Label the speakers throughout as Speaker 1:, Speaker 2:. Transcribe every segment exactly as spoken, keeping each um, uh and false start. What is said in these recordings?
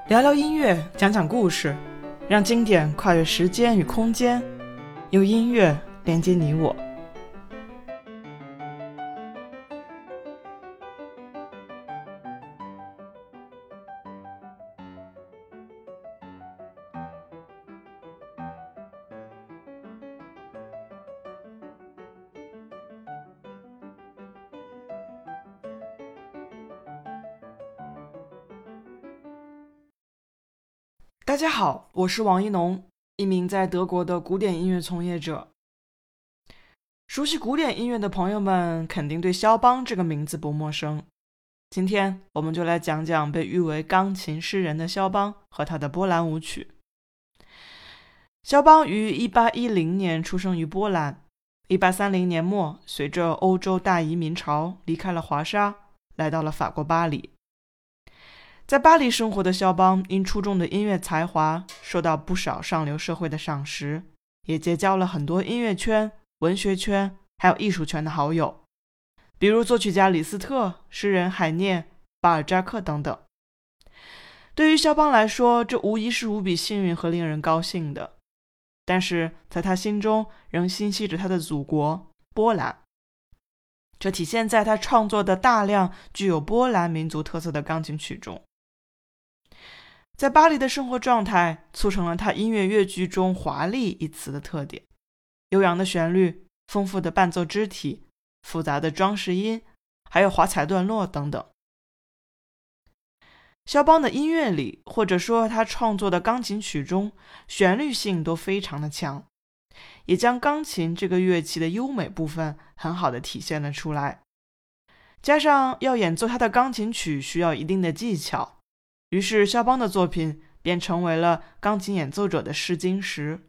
Speaker 1: 聊聊音乐，讲讲故事，让经典跨越时间与空间，用音乐连接你我。大家好，我是王一农，一名在德国的古典音乐从业者。熟悉古典音乐的朋友们肯定对肖邦这个名字不陌生。今天我们就来讲讲被誉为钢琴诗人的肖邦和他的波兰舞曲。肖邦于一八一零年出生于波兰，一八三零年末随着欧洲大移民潮离开了华沙，来到了法国巴黎。在巴黎生活的肖邦因出众的音乐才华受到不少上流社会的赏识，也结交了很多音乐圈、文学圈还有艺术圈的好友，比如作曲家李斯特、诗人海涅、巴尔扎克等等。对于肖邦来说，这无疑是无比幸运和令人高兴的，但是在他心中仍心系着他的祖国波兰，这体现在他创作的大量具有波兰民族特色的钢琴曲中。在巴黎的生活状态促成了他音乐乐句中华丽一词的特点，悠扬的旋律、丰富的伴奏肢体、复杂的装饰音，还有华彩段落等等。肖邦的音乐里，或者说他创作的钢琴曲中，旋律性都非常的强，也将钢琴这个乐器的优美部分很好的体现了出来。加上要演奏他的钢琴曲需要一定的技巧，于是肖邦的作品便成为了钢琴演奏者的试金石。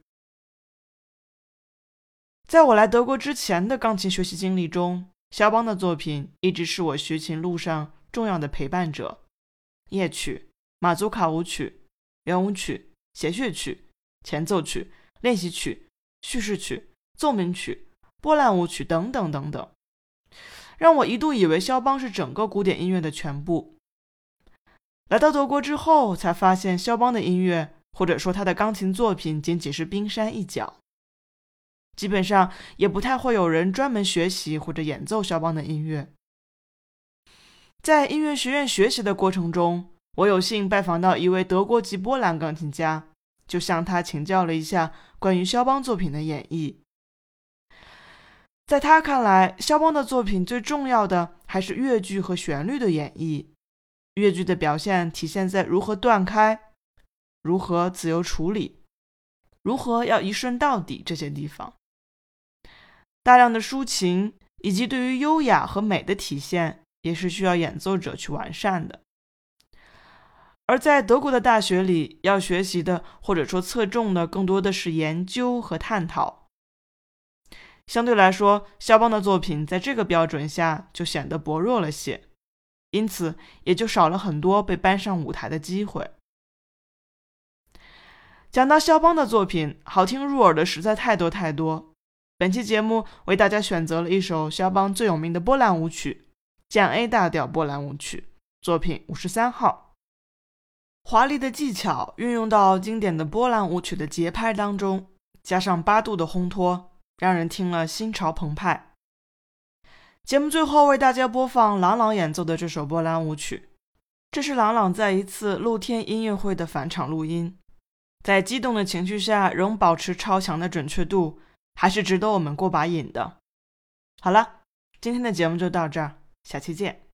Speaker 1: 在我来德国之前的钢琴学习经历中，肖邦的作品一直是我学琴路上重要的陪伴者。夜曲、马祖卡舞曲、圆舞曲、协谑曲、前奏曲、练习曲、叙事曲、奏鸣曲、波兰舞曲等等等等，让我一度以为肖邦是整个古典音乐的全部。来到德国之后，才发现肖邦的音乐，或者说他的钢琴作品仅仅是冰山一角，基本上也不太会有人专门学习或者演奏肖邦的音乐。在音乐学院学习的过程中，我有幸拜访到一位德国籍波兰钢琴家，就向他请教了一下关于肖邦作品的演绎。在他看来，肖邦的作品最重要的还是乐句和旋律的演绎。乐句的表现体现在如何断开，如何自由处理，如何要一顺到底这些地方。大量的抒情以及对于优雅和美的体现也是需要演奏者去完善的。而在德国的大学里，要学习的或者说侧重的更多的是研究和探讨。相对来说，肖邦的作品在这个标准下就显得薄弱了些，因此也就少了很多被搬上舞台的机会。讲到肖邦的作品，好听入耳的实在太多太多。本期节目为大家选择了一首肖邦最有名的波兰舞曲，降 A 大调波兰舞曲，作品五十三号。华丽的技巧运用到经典的波兰舞曲的节拍当中，加上八度的烘托，让人听了心潮澎湃。节目最后为大家播放郎朗演奏的这首波兰舞曲，这是郎朗在一次露天音乐会的返场录音，在激动的情绪下仍保持超强的准确度，还是值得我们过把瘾的。好了，今天的节目就到这儿，下期见。